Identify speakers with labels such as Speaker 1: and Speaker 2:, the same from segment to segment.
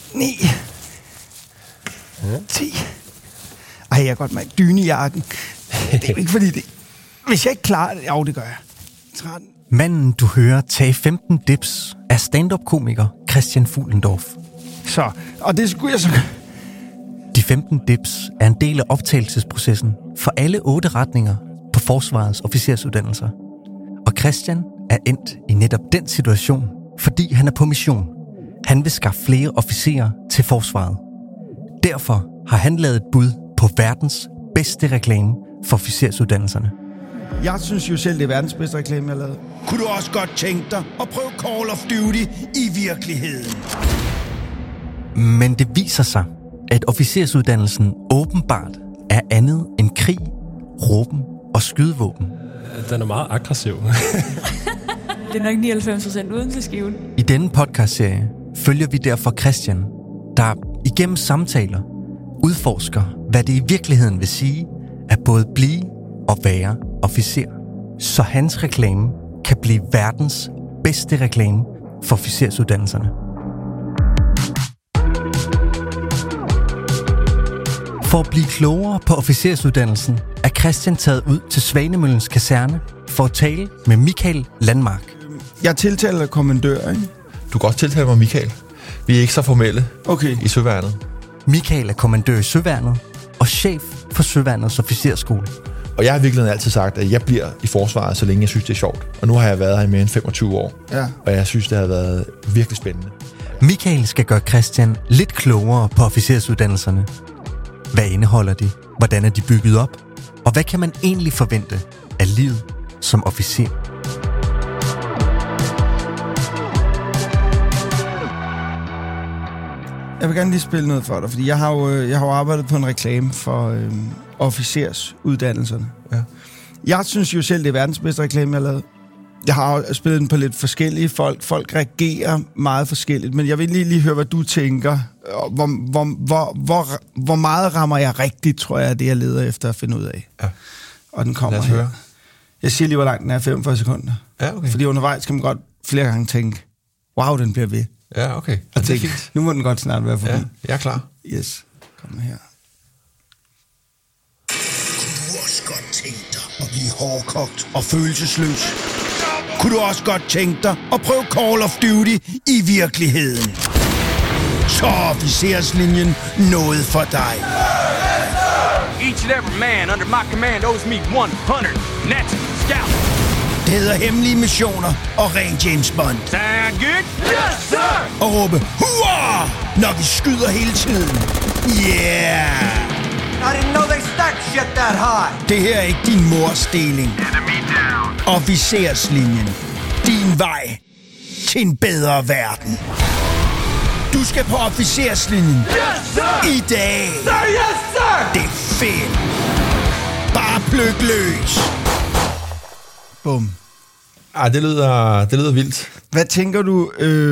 Speaker 1: 9, 10. Ej, jeg kan godt mærke dynejakken. Det er jo ikke fordi det... Hvis jeg ikke klarer det... Jo, det gør jeg. 13.
Speaker 2: Manden, du hører tage 15 dips, er stand-up-komiker Christian Fuhlendorf.
Speaker 1: Så, og det skulle jeg så...
Speaker 2: De 15 dips er en del af optagelsesprocessen for alle 8 retninger på Forsvarets officersuddannelser. Og Christian er endt i netop den situation, fordi han er på mission. Han vil skaffe flere officerer til Forsvaret. Derfor har han lavet et bud på verdens bedste reklame for officersuddannelserne.
Speaker 1: Jeg synes jo selv, det er verdens bedste reklame, jeg har lavet. Kunne du også godt tænke dig at prøve Call of Duty i virkeligheden?
Speaker 2: Men det viser sig, at officersuddannelsen åbenbart er andet end krig, råben og skydevåben.
Speaker 3: Den er meget aggressiv.
Speaker 4: Det er nok 99% uden til skiven.
Speaker 2: I denne podcastserie følger vi derfor Christian, der igennem samtaler udforsker, hvad det i virkeligheden vil sige at både blive og være officer. Så hans reklame kan blive verdens bedste reklame for officersuddannelserne. For at blive klogere på officersuddannelsen er Christian taget ud til Svanemøllens kaserne for at tale med Michael Landmark.
Speaker 1: Jeg tiltaler kommandør, ikke?
Speaker 5: Du kan godt tiltale mig Michael. Vi er ikke så formelle i Søværnet.
Speaker 2: Michael er kommandør i Søværnet og chef for Søværnets officerskole.
Speaker 5: Og jeg har virkelig altid sagt, at jeg bliver i forsvaret, så længe jeg synes, det er sjovt. Og nu har jeg været her i mere end 25 år, og jeg synes, det har været virkelig spændende.
Speaker 2: Michael skal gøre Christian lidt klogere på officersuddannelserne. Hvad indeholder de? Hvordan er de bygget op? Og hvad kan man egentlig forvente af livet som officer?
Speaker 1: Jeg vil gerne lige spille noget for dig, fordi jeg har jo arbejdet på en reklame for officersuddannelserne.
Speaker 5: Ja.
Speaker 1: Jeg synes jo selv, det er verdens bedste reklame, jeg har lavet. Jeg har spillet den på lidt forskellige folk. Folk reagerer meget forskelligt, men jeg vil lige høre, hvad du tænker. Hvor meget rammer jeg rigtigt, tror jeg, er det, jeg leder efter at finde ud af.
Speaker 5: Ja.
Speaker 1: Og den kommer
Speaker 5: her.
Speaker 1: Høre. Jeg siger lige, hvor langt den er, 45 sekunder.
Speaker 5: Ja, okay.
Speaker 1: Fordi undervejs kan man godt flere gange tænke, wow, den bliver ved.
Speaker 5: Ja, okay.
Speaker 1: Og det er fint. Nu må den godt snart være forbi.
Speaker 5: Ja, jeg er klar.
Speaker 1: Yes, kom her. Kunne du også godt tænke dig at blive hårdkogt og følelsesløs? Kunne du også godt tænke dig at prøve Call of Duty i virkeligheden? Så er officerslinjen noget for dig.
Speaker 6: Each and every man under my command owes me 100 net scouts.
Speaker 1: Det hedder hemmelige missioner og ren James Bond.
Speaker 6: Sound good? Yes, sir!
Speaker 1: Og råbe hurra, når vi skyder hele tiden. Yeah!
Speaker 7: I didn't know they stacked shit that high.
Speaker 1: Det her er ikke din morsdeling. Officerslinjen. Din vej til en bedre verden. Du skal på officerslinjen.
Speaker 6: Yes, sir!
Speaker 1: I dag.
Speaker 6: Sir, yes, sir!
Speaker 1: Det er fedt. Bare pløk løs. Bum.
Speaker 5: Det lyder vildt.
Speaker 1: Hvad tænker du?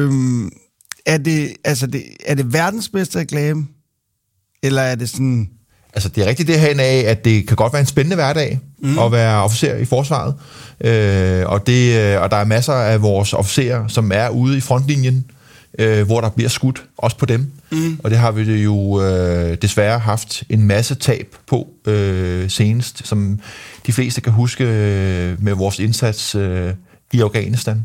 Speaker 1: Er det verdens bedste reklame? Eller er det sådan...
Speaker 5: Altså, det er rigtigt det her af, at det kan godt være en spændende hverdag at være officer i forsvaret. Og der er masser af vores officerer, som er ude i frontlinjen, hvor der bliver skudt, også på dem. Og det har vi jo desværre haft en masse tab på senest, som de fleste kan huske med vores indsats i Afghanistan.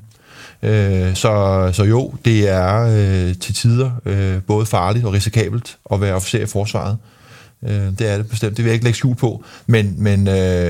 Speaker 5: Så jo, det er til tider både farligt og risikabelt at være officer i forsvaret. Det er det bestemt. Det vil jeg ikke lægge skjul på. Men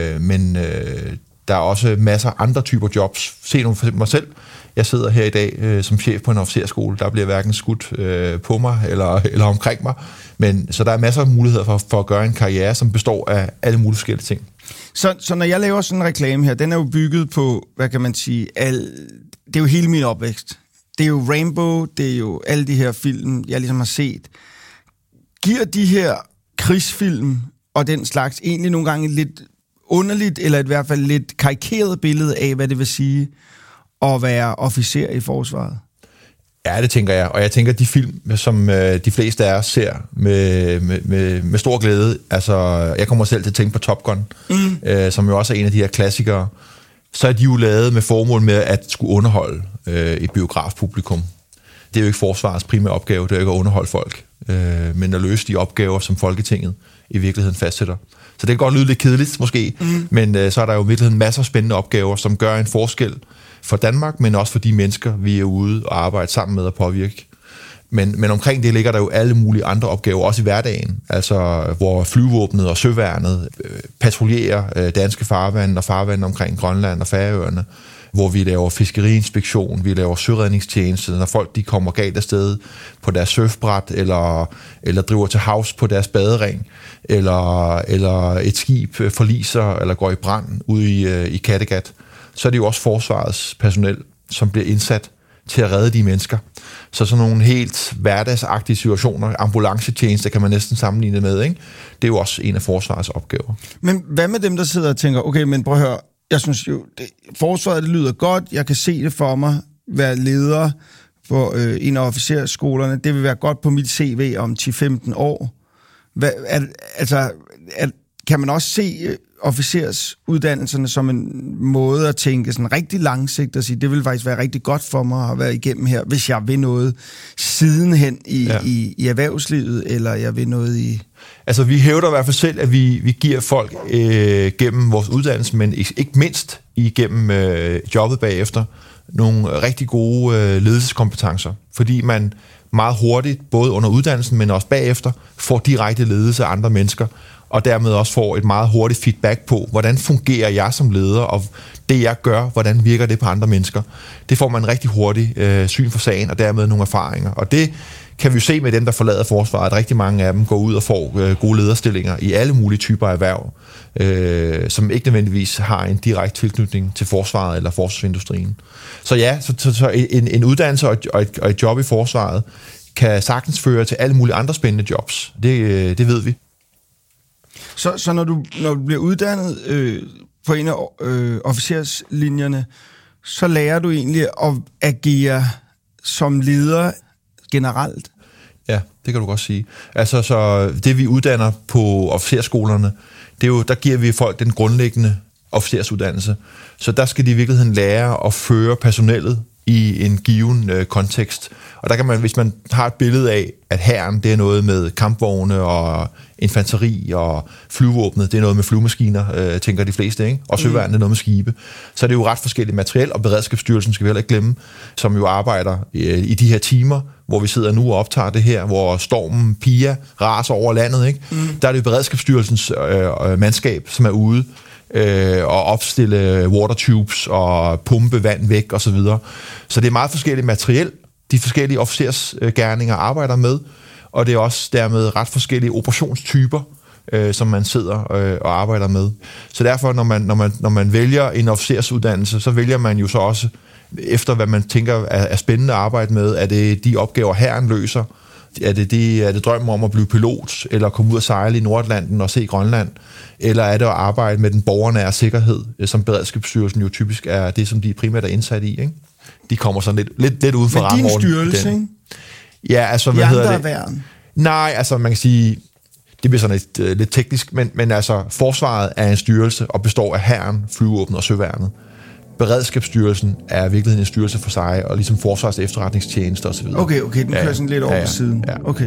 Speaker 5: der er også masser af andre typer jobs. Se nu for mig selv. Jeg sidder her i dag som chef på en officerskole. Der bliver hverken skudt på mig eller omkring mig. Så der er masser af muligheder for at gøre en karriere, som består af alle mulige forskellige ting.
Speaker 1: Så når jeg laver sådan en reklame her, den er jo bygget på, hvad kan man sige, det er jo hele min opvækst. Det er jo Rainbow, det er jo alle de her film, jeg ligesom har set. Giver de her krigsfilm og den slags egentlig nogle gange et lidt underligt, eller i hvert fald lidt karikeret billede af, hvad det vil sige at være officer i forsvaret?
Speaker 5: Ja, det tænker jeg. Og jeg tænker, de film, som de fleste af os ser med stor glæde, altså jeg kommer selv til at tænke på Top Gun, som jo også er en af de her klassikere, så er de jo lavet med formål med at skulle underholde et biografpublikum. Det er jo ikke forsvarets primære opgave, det er jo ikke at underholde folk, men at løse de opgaver, som Folketinget i virkeligheden fastsætter. Så det kan godt lyde lidt kedeligt måske, men så er der jo i virkeligheden masser af spændende opgaver, som gør en forskel for Danmark, men også for de mennesker, vi er ude og arbejde sammen med og påvirke. Men omkring det ligger der jo alle mulige andre opgaver, også i hverdagen, altså hvor flyvåbnet og søværnet patruljerer danske farvande og farvande omkring Grønland og Færøerne, hvor vi laver fiskeriinspektion, vi laver søredningstjeneste, når folk de kommer galt afsted på deres surfbræt, eller driver til havs på deres badering, eller et skib forliser eller går i brand ude i Kattegat, så er det jo også forsvarets personel, som bliver indsat til at redde de mennesker. Så sådan nogle helt hverdagsagtige situationer, ambulancetjeneste kan man næsten sammenligne det med, ikke? Det er jo også en af forsvarets opgaver.
Speaker 1: Men hvad med dem, der sidder og tænker, okay, men prøv at høre, jeg synes jo, forsvaret det lyder godt, jeg kan se det for mig, være leder på en af officersskolerne, det vil være godt på mit CV om 10-15 år. Kan man også se officersuddannelserne som en måde at tænke sådan rigtig langsigtet og sige, det vil faktisk være rigtig godt for mig at være igennem her, hvis jeg vil noget sidenhen i erhvervslivet, eller jeg vil noget i...
Speaker 5: Altså, vi hævder i hvert fald selv, at vi giver folk gennem vores uddannelse, men ikke mindst igennem jobbet bagefter, nogle rigtig gode ledelseskompetencer, fordi man meget hurtigt, både under uddannelsen, men også bagefter, får direkte ledelse af andre mennesker, og dermed også får et meget hurtigt feedback på, hvordan fungerer jeg som leder, og det jeg gør, hvordan virker det på andre mennesker. Det får man rigtig hurtigt syn for sagen, og dermed nogle erfaringer. Og det kan vi jo se med dem, der forlader forsvaret, at rigtig mange af dem går ud og får gode lederstillinger i alle mulige typer af erhverv, som ikke nødvendigvis har en direkte tilknytning til forsvaret eller forsvarsindustrien. Så ja, så en uddannelse og et job i forsvaret kan sagtens føre til alle mulige andre spændende jobs. Det ved vi.
Speaker 1: Så når du bliver uddannet på en af officerslinjerne, så lærer du egentlig at agere som leder generelt?
Speaker 5: Ja, det kan du godt sige. Altså, så det vi uddanner på officersskolerne, det er jo, der giver vi folk den grundlæggende officersuddannelse. Så der skal de i virkeligheden lære at føre personellet i en given kontekst. Og der kan man, hvis man har et billede af, at hæren, det er noget med kampvogne og infanteri, og flyvåbnet, det er noget med flyvemaskiner, tænker de fleste, ikke? Og søværnet er noget med skibe. Så er det jo ret forskelligt materiel, og Beredskabsstyrelsen skal vi heller ikke glemme, som jo arbejder i de her timer, hvor vi sidder nu og optager det her, hvor stormen Pia raser over landet, ikke? Der er det jo Beredskabsstyrelsens mandskab, som er ude og opstille watertubes og pumpe vand væk og så videre. Så det er meget forskelligt materiel, de forskellige officersgerninger arbejder med, og det er også dermed ret forskellige operationstyper, som man sidder og arbejder med. Så derfor, når man vælger en officersuddannelse, så vælger man jo så også efter, hvad man tænker er spændende at arbejde med. Er det de opgaver, hæren løser? Er det drømmen om at blive pilot, eller komme ud og sejle i Nordatlanten og se Grønland? Eller er det at arbejde med den borgernære sikkerhed, som Beredskabsstyrelsen jo typisk er det, som de primært er indsat i, ikke? De kommer sådan lidt uden for rammen.
Speaker 1: Men din styrelse, ikke?
Speaker 5: Ja, altså, hvad hedder det? Værn. Nej, altså, man kan sige, det bliver sådan lidt teknisk, men altså, forsvaret er en styrelse og består af hæren, flyvåbnet og søværnet. Beredskabsstyrelsen er i virkeligheden en styrelse for sig, og ligesom forsvars efterretningstjeneste og så videre.
Speaker 1: Okay, den kører sådan lidt over på siden.
Speaker 5: Ja.
Speaker 1: Okay.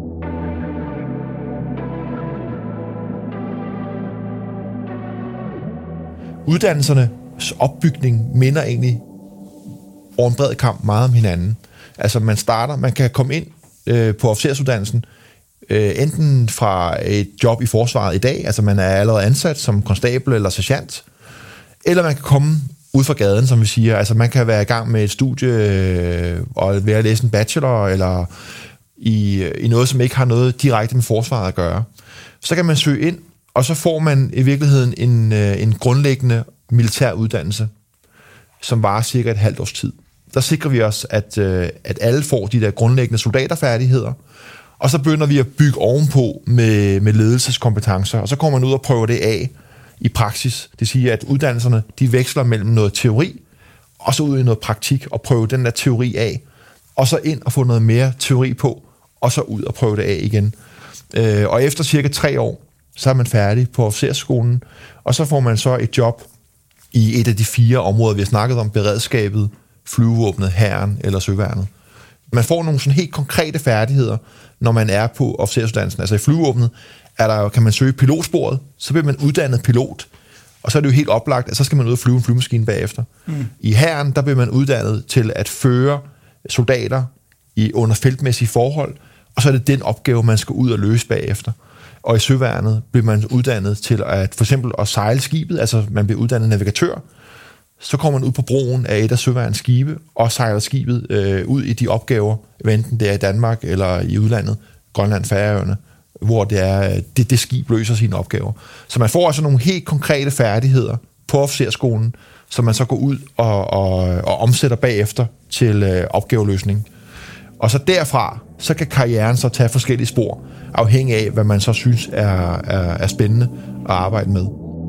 Speaker 5: Uddannelsernes opbygning minder egentlig over en bred kamp meget om hinanden. Altså man kan komme ind på officersuddannelsen enten fra et job i forsvaret i dag, altså man er allerede ansat som konstabel eller sergeant, eller man kan komme ud fra gaden, som vi siger. Altså man kan være i gang med et studie og være at læse en bachelor, eller i noget, som ikke har noget direkte med forsvaret at gøre. Så kan man søge ind, og så får man i virkeligheden en grundlæggende militær uddannelse, som varer cirka et halvt års tid. Der sikrer vi os, at alle får de der grundlæggende soldaterfærdigheder, og så begynder vi at bygge ovenpå med ledelseskompetencer, og så kommer man ud og prøver det af i praksis. Det siger, at uddannelserne de veksler mellem noget teori, og så ud i noget praktik, og prøve den der teori af, og så ind og få noget mere teori på, og så ud og prøve det af igen. Og efter cirka 3 år, så er man færdig på officersskolen, og så får man så et job i et af de 4 områder, vi har snakket om: beredskabet, flyvevåbnet, hæren eller søværnet. Man får nogle sådan helt konkrete færdigheder, når man er på officersuddannelsen. Altså i flyvevåbnet kan man søge pilotsporet, så bliver man uddannet pilot, og så er det jo helt oplagt, at så skal man ud og flyve en flyvemaskine bagefter. I hæren, der bliver man uddannet til at føre soldater under feltmæssige forhold, og så er det den opgave, man skal ud og løse bagefter. Og i søværnet bliver man uddannet til at for eksempel at sejle skibet, altså man bliver uddannet navigatør, så kommer man ud på broen af et af søværens skibe og sejler skibet ud i de opgaver, enten det er i Danmark eller i udlandet, Grønland, Færøerne, hvor det skib løser sine opgaver. Så man får altså nogle helt konkrete færdigheder på officerskolen, som man så går ud og omsætter bagefter til opgaveløsning. Og så derfra, så kan karrieren så tage forskellige spor, afhængig af, hvad man så synes er spændende at arbejde med.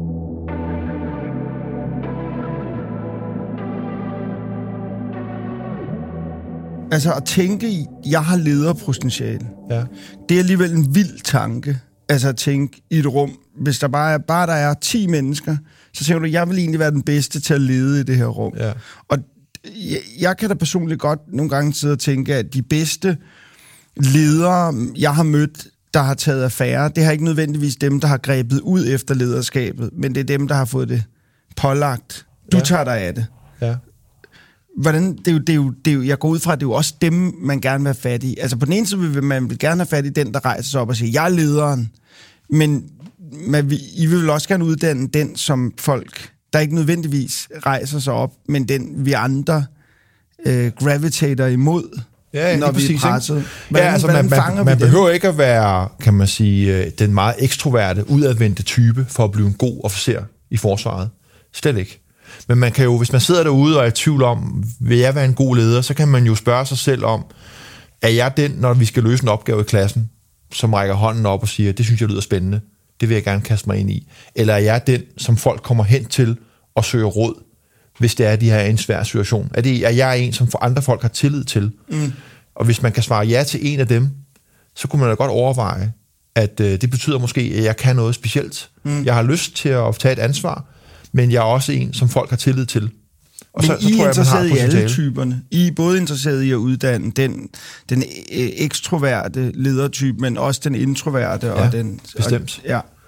Speaker 1: Altså at tænke i, jeg har lederpotentiale.
Speaker 5: Ja.
Speaker 1: Det er alligevel en vild tanke. Altså at tænke i et rum, hvis der bare der er 10 mennesker, så tænker du, jeg vil egentlig være den bedste til at lede i det her rum.
Speaker 5: Ja.
Speaker 1: Og jeg kan da personligt godt nogle gange sidde og tænke, at de bedste ledere, jeg har mødt, der har taget affære, det har ikke nødvendigvis dem, der har grebet ud efter lederskabet, men det er dem, der har fået det pålagt. Du tager dig af det.
Speaker 5: Ja.
Speaker 1: Hvordan, det er jo, jeg går ud fra, at det er jo også dem, man gerne vil have fat i. Altså på den ene side vil man gerne have fat i den, der rejser sig op og siger, jeg er lederen, men I vil også gerne uddanne den som folk, der ikke nødvendigvis rejser sig op, men den vi andre gravitater imod, når vi er presset.
Speaker 5: Man behøver ikke at være, kan man sige, den meget ekstroverte, udadvendte type for at blive en god officer i forsvaret. Slet ikke. Men man kan jo, hvis man sidder derude og er i tvivl om, vil jeg være en god leder, så kan man jo spørge sig selv om, er jeg den, når vi skal løse en opgave i klassen, som rækker hånden op og siger, det synes jeg lyder spændende, det vil jeg gerne kaste mig ind i. Eller er jeg den, som folk kommer hen til og søger råd, hvis det er, de her en svær situation? Er jeg en, som andre folk har tillid til? Og hvis man kan svare ja til en af dem, så kunne man da godt overveje, at det betyder måske, at jeg kan noget specielt. Jeg har lyst til at tage et ansvar, men jeg er også en, som folk har tillid til. Og
Speaker 1: men
Speaker 5: så
Speaker 1: I er interesseret i alle
Speaker 5: potentiale.
Speaker 1: typerne. I er både interesseret i at uddanne den ekstroverte ledertype, men også den introverte. Og den,
Speaker 5: bestemt.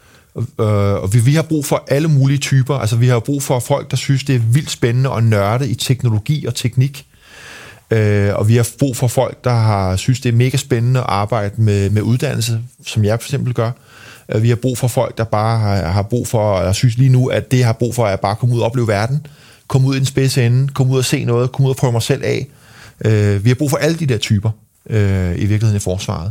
Speaker 1: Og
Speaker 5: vi har brug for alle mulige typer. Altså vi har brug for folk, der synes, det er vildt spændende at nørde i teknologi og teknik. Og vi har brug for folk, der synes, det er mega spændende at arbejde med uddannelse, som jeg for eksempel gør. Vi har brug for folk, der bare har brug for, jeg synes lige nu, at det har brug for, at bare komme ud og opleve verden, komme ud i den spidse ende, komme ud og se noget, komme ud og prøve mig selv af. Vi har brug for alle de der typer i virkeligheden i forsvaret.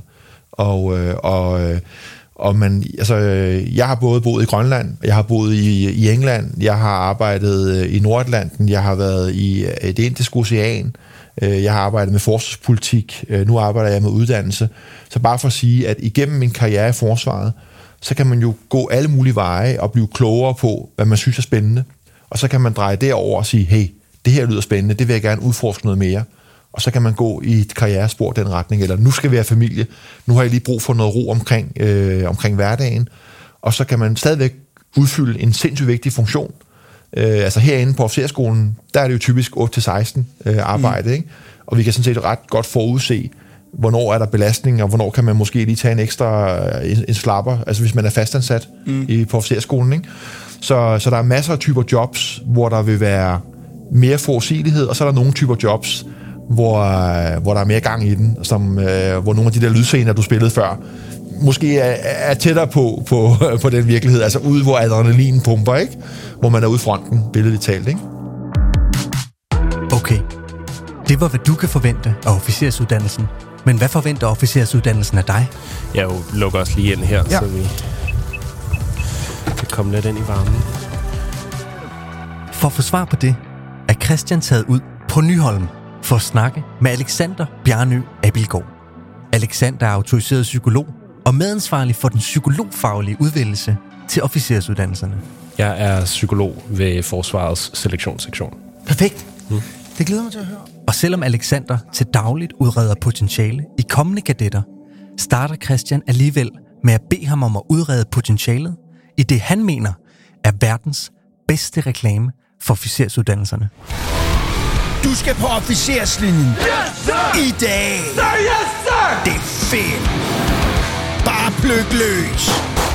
Speaker 5: Og man, altså, jeg har både boet i Grønland, jeg har boet i England, jeg har arbejdet i Nordatlanten, jeg har været i det Indiske Ocean, jeg har arbejdet med forsvarspolitik, nu arbejder jeg med uddannelse. Så bare for at sige, at igennem min karriere i forsvaret, så kan man jo gå alle mulige veje og blive klogere på, hvad man synes er spændende. Og så kan man dreje derover og sige, hey, det her lyder spændende, det vil jeg gerne udforske noget mere. Og så kan man gå i et karrierespor den retning, eller nu skal vi have familie, nu har jeg lige brug for noget ro omkring hverdagen. Og så kan man stadigvæk udfylde en sindssygt vigtig funktion. Altså herinde på officerskolen, der er det jo typisk 8-16 arbejde, ikke? Og vi kan sådan set ret godt forudse, hvornår er der belastning, og hvornår kan man måske lige tage en ekstra en slapper, altså hvis man er fastansat på officerskolen, ikke? Så der er masser af typer jobs, hvor der vil være mere forudsigelighed, og så er der nogle typer jobs, hvor der er mere gang i den, som, hvor nogle af de der lydscener, du spillede før, måske er tættere på den virkelighed, altså ude, hvor adrenalin pumper, ikke? Hvor man er ude i fronten, billedligt talt, ikke?
Speaker 2: Okay, det var, hvad du kan forvente af officersuddannelsen. Men hvad forventer officersuddannelsen af dig?
Speaker 3: Jeg lukker os lige ind her,
Speaker 1: ja.
Speaker 3: Så vi kan komme lidt ind i varmen.
Speaker 2: For at få svar på det, er Christian taget ud på Nyholm for at snakke med Alexander Bjarnø Abildgaard. Alexander er autoriseret psykolog og medansvarlig for den psykologfaglige udvælgelse til officersuddannelserne.
Speaker 3: Jeg er psykolog ved Forsvarets selektionssektion.
Speaker 1: Perfekt. Det glæder mig til at høre.
Speaker 2: Og selvom Alexander til dagligt udreder potentiale i kommende kadetter, starter Christian alligevel med at bede ham om at udrede potentialet i det, han mener er verdens bedste reklame for officersuddannelserne.
Speaker 1: Du skal på officerslinjen.
Speaker 6: Yes, sir!
Speaker 1: I dag.
Speaker 6: Sir, yes, sir!
Speaker 1: Det er fedt. Bare pløk løs.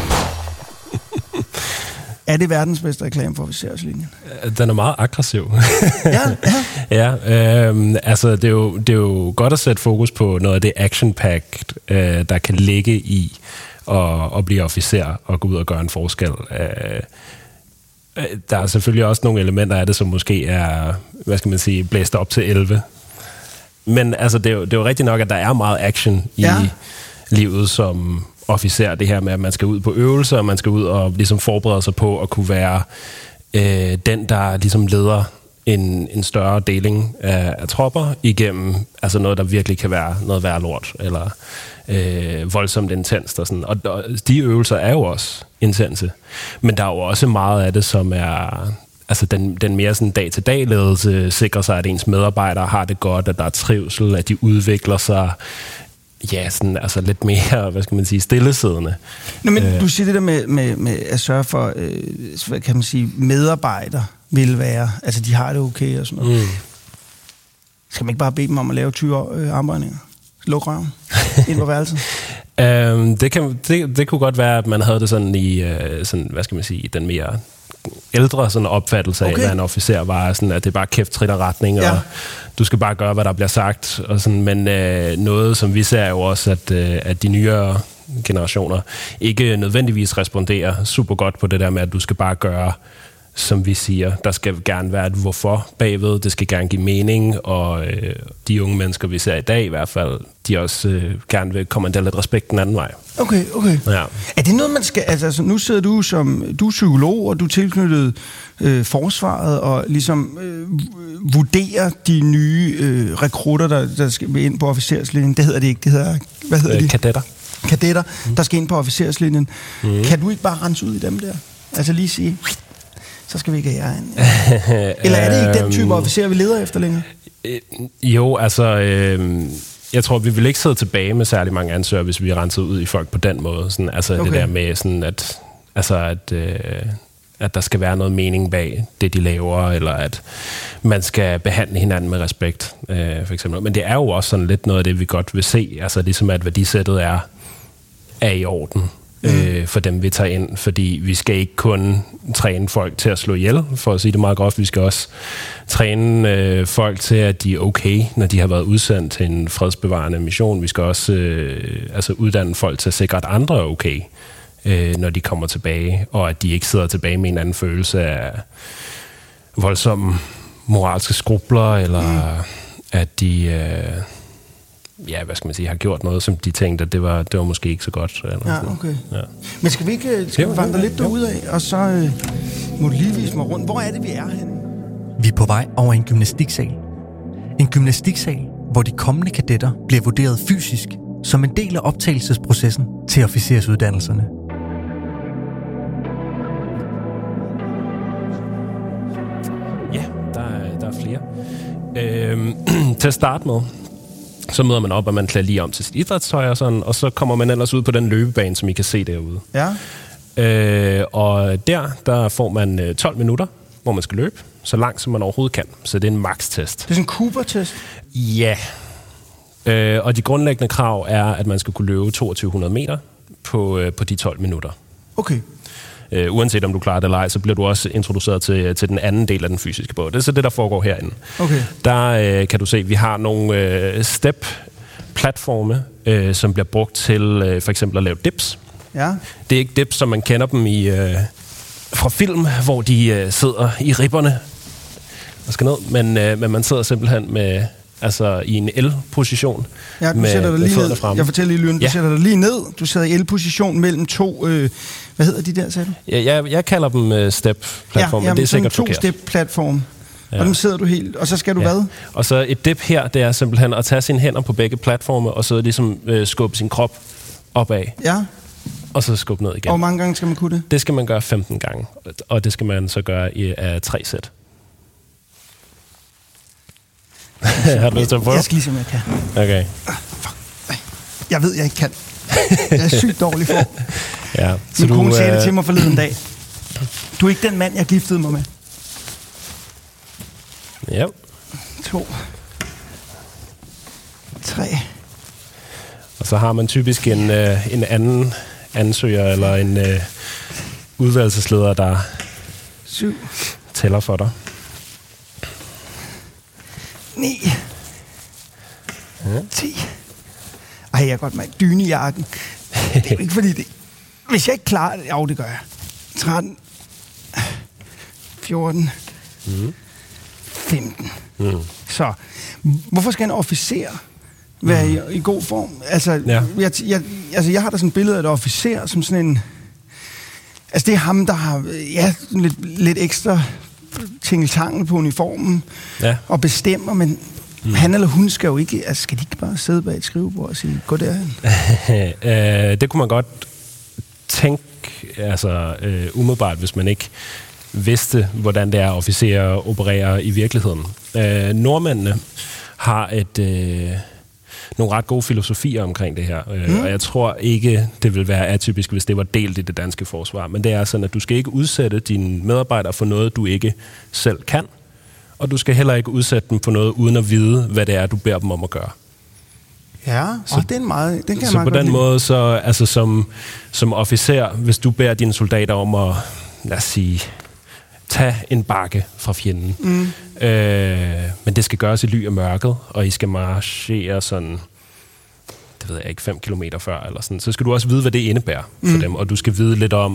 Speaker 1: Er det verdens bedste reklame for officerslinjen?
Speaker 3: Den er meget aggressiv.
Speaker 1: Ja.
Speaker 3: Altså, det er jo godt at sætte fokus på noget af det action-packed, der kan ligge i at blive officer og gå ud og gøre en forskel. Der er selvfølgelig også nogle elementer af det, som måske er, hvad skal man sige, blæst op til 11. Men altså, det er jo rigtigt nok, at der er meget action i livet som officer. Det her med, at man skal ud på øvelser, og man skal ud og ligesom forberede sig på at kunne være den, der ligesom leder en større deling af tropper igennem altså noget, der virkelig kan være noget værre lort, eller voldsomt intenst og sådan. Og de øvelser er jo også intense. Men der er jo også meget af det, som er altså den mere sådan dag-til-dag ledelse, sikrer sig, at ens medarbejdere har det godt, at der er trivsel, at de udvikler sig, ja, sådan, altså lidt mere, hvad skal man sige, stillesiddende.
Speaker 1: Nå, men du siger det der med at sørge for, hvad kan man sige, medarbejdere vil være, altså de har det okay og sådan noget. Skal man ikke bare bede dem om at lave 20 armbøjninger? Luk røven ind på værelset?
Speaker 3: Det kunne godt være, at man havde det sådan i, sådan, hvad skal man sige, den mere ældre sådan opfattelse af, hvad en officer var, sådan, at det er bare kæft, trit og retning, og du skal bare gøre, hvad der bliver sagt. Og sådan, men noget, som vi ser, er jo også, at de nyere generationer ikke nødvendigvis responderer super godt på det der med, at du skal bare gøre, som vi siger. Der skal gerne være et hvorfor bagved, det skal gerne give mening, og de unge mennesker, vi ser i dag i hvert fald, de også gerne vil kommandere lidt respekt den anden vej.
Speaker 1: Okay. Ja. Er det noget, man skal... Altså, nu sidder du du er psykolog, og du er tilknyttet forsvaret, og ligesom vurderer de nye rekrutter, der skal ind på officerslinjen. Det hedder det ikke, det hedder... Hvad hedder det? Kadetter, der skal ind på officerslinjen. Kan du ikke bare rense ud i dem der? Altså lige sige... så skal vi ikke have jer ind. Eller er det ikke den type officer, vi leder efter længere?
Speaker 3: Jo, altså... jeg tror, vi vil ikke sidde tilbage med særlig mange ansøgere, hvis vi rensede ud i folk på den måde. Sådan, altså det der med, sådan at der skal være noget mening bag det, de laver, eller at man skal behandle hinanden med respekt, for eksempel. Men det er jo også sådan lidt noget af det, vi godt vil se. Altså ligesom at værdisættet er i orden. For dem, vi tager ind, fordi vi skal ikke kun træne folk til at slå ihjel, for at sige det meget groft. Vi skal også træne folk til, at de er okay, når de har været udsendt til en fredsbevarende mission. Vi skal også uddanne folk til at sikre, at andre er okay, når de kommer tilbage, og at de ikke sidder tilbage med en anden følelse af voldsomme moralske skrubler, eller at de... hvad skal man sige, har gjort noget, som de tænkte, at det var måske ikke så godt. Eller
Speaker 1: okay. Ja. Men skal vi vandre lidt derudad, og så må du lige vise mig rundt. Hvor er det, vi er henne?
Speaker 2: Vi er på vej over en gymnastiksal. En gymnastiksal, hvor de kommende kadetter bliver vurderet fysisk som en del af optagelsesprocessen til officersuddannelserne.
Speaker 3: Ja, der er flere. Til at starte med, så møder man op, og man klæder lige om til sit idrætstøj og sådan, og så kommer man ellers ud på den løbebane, som I kan se derude.
Speaker 1: Ja.
Speaker 3: Og der får man 12 minutter, hvor man skal løbe, så langt som man overhovedet kan. Så det er en max-test.
Speaker 1: Det er sådan en Cooper-test?
Speaker 3: Ja. Og de grundlæggende krav er, at man skal kunne løbe 2200 meter på de 12 minutter.
Speaker 1: Okay.
Speaker 3: Uanset om du klarer det eller ej, så bliver du også introduceret til den anden del af den fysiske båd. Det er så det, der foregår herinde.
Speaker 1: Okay.
Speaker 3: Der kan du se, at vi har nogle step-platforme, som bliver brugt til for eksempel at lave dips.
Speaker 1: Ja. Det
Speaker 3: er ikke dips, som man kender dem fra film, hvor de sidder i ribberne og skal ned, men man sidder simpelthen med... Altså i en L-position.
Speaker 1: Ja, du sætter dig lige ned. Frem. Jeg fortæller lige, du sætter dig lige ned. Du sidder i L-position mellem to... hvad hedder de der, sagde du?
Speaker 3: Ja, jeg kalder dem step-platform, men det er sikkert forkert.
Speaker 1: To step-platform. Ja. Og dem sidder du helt... Og så skal du hvad?
Speaker 3: Og så et dip her, det er simpelthen at tage sine hænder på begge platforme, og så ligesom skubbe sin krop opad.
Speaker 1: Ja.
Speaker 3: Og så skubbe ned igen.
Speaker 1: Og hvor mange gange skal man kunne det?
Speaker 3: Det skal man gøre 15 gange. Og det skal man så gøre af 3 sæt. Har du lyst til at prøve?
Speaker 1: Jeg skal ligesom, jeg kan.
Speaker 3: Okay.
Speaker 1: Fuck. Jeg ved, jeg ikke kan. Jeg er sygt dårlig for.
Speaker 3: Ja.
Speaker 1: Min kone sagde det til mig forleden dag. Du er ikke den mand, jeg giftede mig med.
Speaker 3: Ja.
Speaker 1: 2, 3.
Speaker 3: Og så har man typisk en anden ansøger eller en udvalgelsesleder, der
Speaker 1: 7,
Speaker 3: tæller for dig.
Speaker 1: 9, 10. Ej, jeg er godt med dyne i jakken. Det er jo ikke fordi det... Hvis jeg ikke klarer det... Jo, det gør jeg. 13, 14, 15. Så, hvorfor skal en officer være i god form? Altså, jeg har da sådan et billede af et officer som sådan en... Altså, det er ham, der har lidt ekstra tingeltangel på uniformen og bestemmer, men han eller hun skal jo ikke... Altså, skal de ikke bare sidde bag et skrivebord og sige, gå derhen?
Speaker 3: Det kunne man godt tænke, altså umiddelbart, hvis man ikke vidste, hvordan det er, officerer opererer i virkeligheden. Nordmændene har nogle ret gode filosofier omkring det her, og jeg tror ikke, det vil være atypisk, hvis det var delt i det danske forsvar, men det er sådan, at du skal ikke udsætte dine medarbejdere for noget, du ikke selv kan, og du skal heller ikke udsætte dem for noget, uden at vide, hvad det er, du beder dem om at gøre.
Speaker 1: Ja, og det er meget... Den kan
Speaker 3: så
Speaker 1: jeg
Speaker 3: på den
Speaker 1: godt
Speaker 3: måde, så altså som officer, hvis du beder dine soldater om at, lad os sige, tage en bakke fra fjenden, men det skal gøres i ly af mørket, og I skal marchere sådan, det ved jeg ikke, 5 kilometer før, eller sådan, så skal du også vide, hvad det indebærer for dem, og du skal vide lidt om,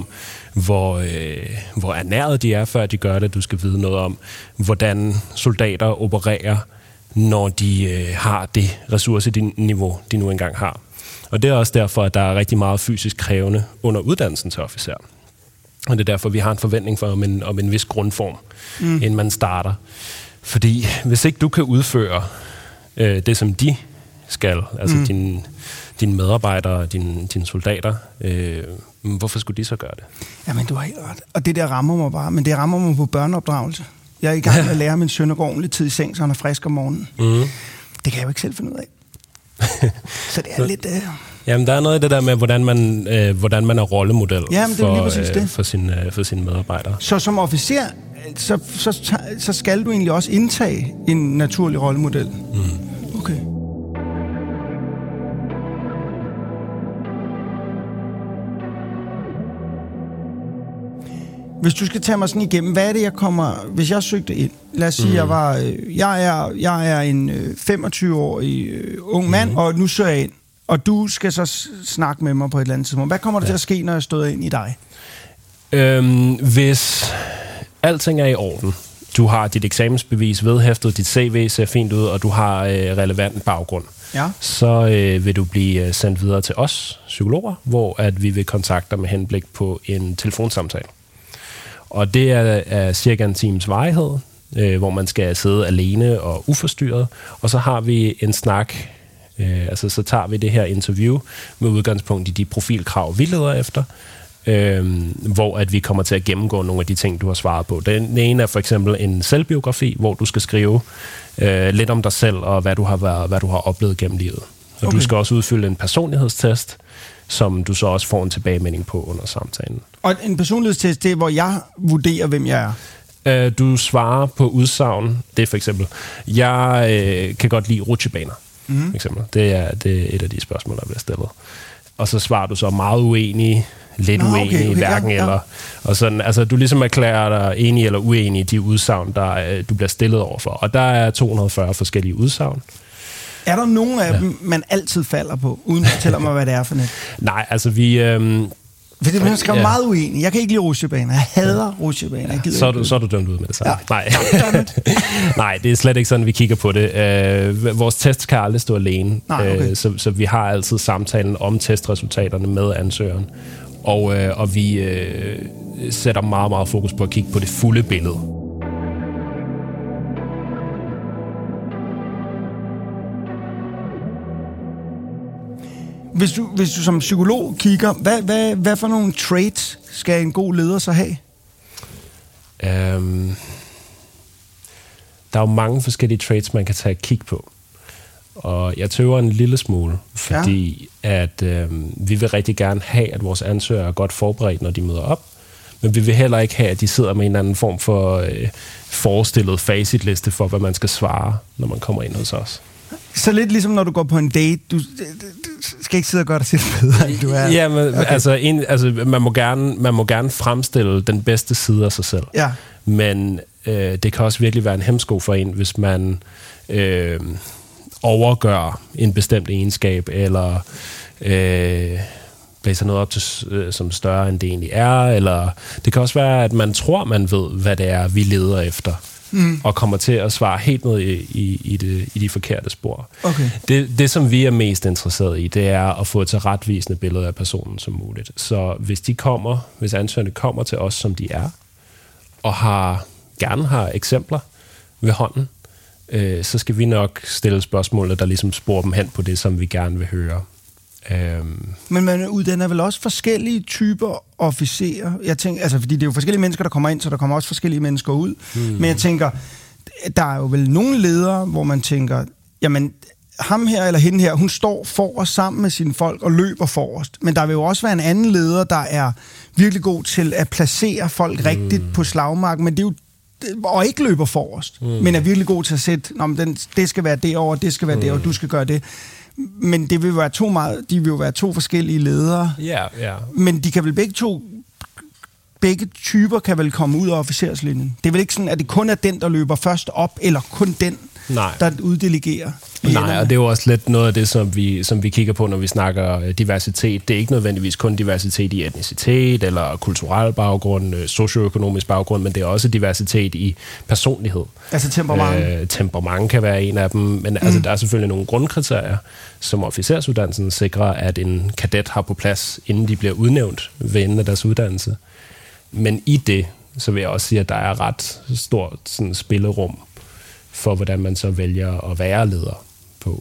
Speaker 3: hvor ernæret de er, før de gør det. Du skal vide noget om, hvordan soldater opererer, når de har det ressourceniveau, de nu engang har. Og det er også derfor, at der er rigtig meget fysisk krævende under uddannelsen til officer. Og det er derfor, vi har en forventning for om en vis grundform, inden man starter. Fordi hvis ikke du kan udføre det, som de skal, altså dine medarbejdere, dine soldater, hvorfor skulle de så gøre det?
Speaker 1: Jamen, du har helt ret. Og det der rammer mig bare, men det rammer mig på børneopdragelse. Jeg er i gang med at lære min søn at gå ordentligt tid i seng, så han er frisk om morgenen. Det kan jeg jo ikke selv finde ud af. Så det er lidt...
Speaker 3: Jamen, der er noget i det der med, hvordan man er rollemodel for sine medarbejdere.
Speaker 1: Så som officer, så skal du egentlig også indtage en naturlig rollemodel? Okay. Hvis du skal tage mig sådan igennem, hvad er det, jeg kommer... Hvis jeg søgte ind, lad os sige, jeg er en 25-årig ung mand, og nu søger jeg ind, og du skal så snakke med mig på et eller andet tidspunkt. Hvad kommer der til at ske, når jeg støder ind i dig?
Speaker 3: Hvis alting er i orden, du har dit eksamensbevis vedhæftet, dit CV ser fint ud, og du har relevant baggrund, så vil du blive sendt videre til os, psykologer, hvor at vi vil kontakte dig med henblik på en telefonsamtale. Og det er cirka en times varighed, hvor man skal sidde alene og uforstyrret, og så har vi en snak, så tager vi det her interview med udgangspunkt i de profilkrav, vi leder efter, hvor at vi kommer til at gennemgå nogle af de ting, du har svaret på. Den ene er for eksempel en selvbiografi, hvor du skal skrive lidt om dig selv, og hvad du har oplevet gennem livet. Og du skal også udfylde en personlighedstest, som du så også får en tilbagemelding på under samtalen. Og
Speaker 1: en personlighedstest, det er, hvor jeg vurderer, hvem jeg
Speaker 3: er? Du svarer på udsagn. Det er for eksempel, jeg kan godt lide rutsjebaner. For eksempel. Det er et af de spørgsmål, der bliver stillet. Og så svarer du så meget uenig, lidt uenig, hverken eller. Og sådan, altså, du ligesom erklærer dig enig eller uenig i de udsagn, der du bliver stillet overfor. Og der er 240 forskellige udsagn.
Speaker 1: Er der nogen af dem, man altid falder på, uden at fortælle mig, hvad det er for net?
Speaker 3: Nej, altså vi...
Speaker 1: Fordi man skal være meget uenig. Jeg kan ikke lide rutsjebaner. Jeg hader rutsjebaner.
Speaker 3: Så er du dømt ud med det samme. Nej. Nej, det er slet ikke sådan, vi kigger på det. Vores test kan aldrig stå alene. Så vi har altid samtalen om testresultaterne med ansøgeren. Og vi sætter meget, meget fokus på at kigge på det fulde billede.
Speaker 1: Hvis du som psykolog kigger, hvad for nogle traits skal en god leder så have?
Speaker 3: Der er jo mange forskellige traits, man kan tage et kig på. Og jeg tøver en lille smule, fordi at vi vil rigtig gerne have, at vores ansøgere er godt forberedt, når de møder op. Men vi vil heller ikke have, at de sidder med en anden form for forestillet facitliste for, hvad man skal svare, når man kommer ind hos os.
Speaker 1: Så lidt ligesom når du går på en date, du skal ikke sidde og gøre dig selv bedre, end du er.
Speaker 3: Ja, men okay. Man må gerne fremstille den bedste side af sig selv.
Speaker 1: Ja.
Speaker 3: Men det kan også virkelig være en hæmsko for en, hvis man overgør en bestemt egenskab, eller blæser noget op til, som større, end det egentlig er, eller det kan også være, at man tror, man ved, hvad det er, vi leder efter, og kommer til at svare helt ned i de forkerte spor.
Speaker 1: Okay.
Speaker 3: Det, som vi er mest interesseret i, det er at få et så retvisende billede af personen som muligt. Så hvis ansøgerne kommer til os, som de er, og gerne har eksempler ved hånden, så skal vi nok stille spørgsmål, der ligesom sporer dem hen på det, som vi gerne vil høre.
Speaker 1: Men man uddanner vel også forskellige typer officerer? Jeg tænker, altså, fordi det er jo forskellige mennesker, der kommer ind, så der kommer også forskellige mennesker ud. Men jeg tænker, der er jo vel nogle ledere, hvor man tænker, jamen, ham her eller hende her, hun står forrest sammen med sine folk og løber forrest. Men der vil jo også være en anden leder, der er virkelig god til at placere folk rigtigt på slagmarken, men det er jo og ikke løber forrest, men er virkelig god til at sætte, det skal være derovre, det skal være derovre, du skal gøre det. Men det vil være de vil jo være to forskellige ledere.
Speaker 3: Ja.
Speaker 1: Men de kan vel begge typer kan vel komme ud af officerslinjen. Det er vel ikke sådan, at det kun er den, der løber først op, eller kun den, der uddelegerer.
Speaker 3: Nej, og det er jo også lidt noget af det, som vi kigger på, når vi snakker diversitet. Det er ikke nødvendigvis kun diversitet i etnicitet, eller kulturel baggrund, socioøkonomisk baggrund, men det er også diversitet i personlighed.
Speaker 1: Altså temperament?
Speaker 3: Temperament kan være en af dem, men altså, der er selvfølgelig nogle grundkriterier, som officersuddannelsen sikrer, at en kadet har på plads, inden de bliver udnævnt ved enden af deres uddannelse. Men i det, så vil jeg også sige, at der er ret stort sådan, spillerum for, hvordan man så vælger at være leder på.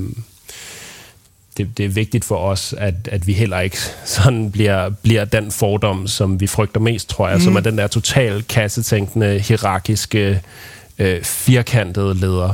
Speaker 3: Det er vigtigt for os, at vi heller ikke sådan bliver den fordom, som vi frygter mest, tror jeg, som er den der total kassetænkende, hierarkiske, firkantede leder,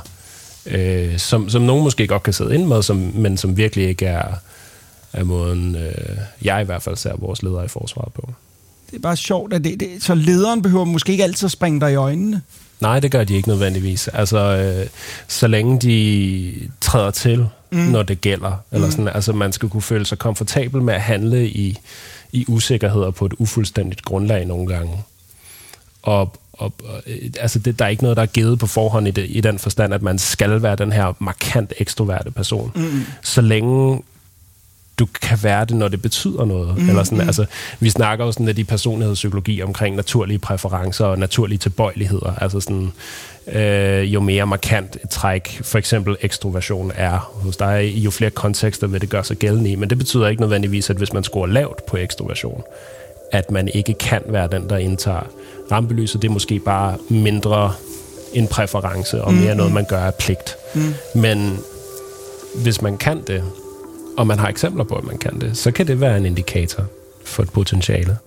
Speaker 3: som nogen måske godt kan sidde ind med, men som virkelig ikke er måden, jeg i hvert fald ser vores ledere i forsvaret på.
Speaker 1: Det er bare sjovt, at så lederen behøver måske ikke altid at springe dig i øjnene.
Speaker 3: Nej, det gør de ikke nødvendigvis. Altså, så længe de træder til, når det gælder. Eller sådan, altså, man skal kunne føle sig komfortabel med at handle i usikkerheder på et ufuldstændigt grundlag nogle gange. Og altså, der er ikke noget, der er givet på forhånd i den forstand, at man skal være den her markant ekstroverte person. Så længe du kan være det, når det betyder noget. Eller sådan, altså, vi snakker jo sådan lidt i personlighedspsykologi omkring naturlige præferencer og naturlige tilbøjeligheder. Altså sådan, jo mere markant et træk, for eksempel ekstroversion er hos dig, jo flere kontekster vil det gøre sig gældende i. Men det betyder ikke nødvendigvis, at hvis man scorer lavt på ekstroversion, at man ikke kan være den, der indtager rampelyset. Det er måske bare mindre en præference, og mere noget, man gør af pligt. Men hvis man kan det, og man har eksempler på, at man kan det, så kan det være en indikator for et potentiale.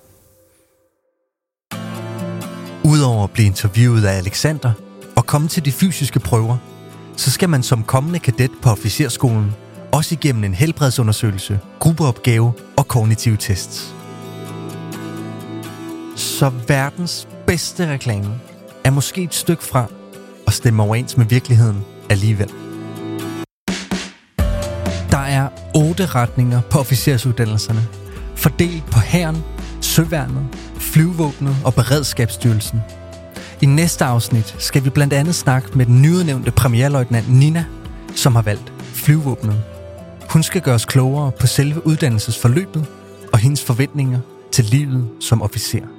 Speaker 2: Udover at blive interviewet af Alexander og komme til de fysiske prøver, så skal man som kommende kadet på officerskolen også igennem en helbredsundersøgelse, gruppeopgave og kognitive tests. Så verdens bedste reklame er måske et stykke fra at stemme overens med virkeligheden alligevel. Der er 8 retninger på officersuddannelserne, fordelt på Hæren, Søværnet, Flyvevåbnet og Beredskabsstyrelsen. I næste afsnit skal vi blandt andet snakke med den nyudnævnte premierløjtnant Nina, som har valgt Flyvevåbnet. Hun skal gøre os klogere på selve uddannelsesforløbet og hendes forventninger til livet som officer.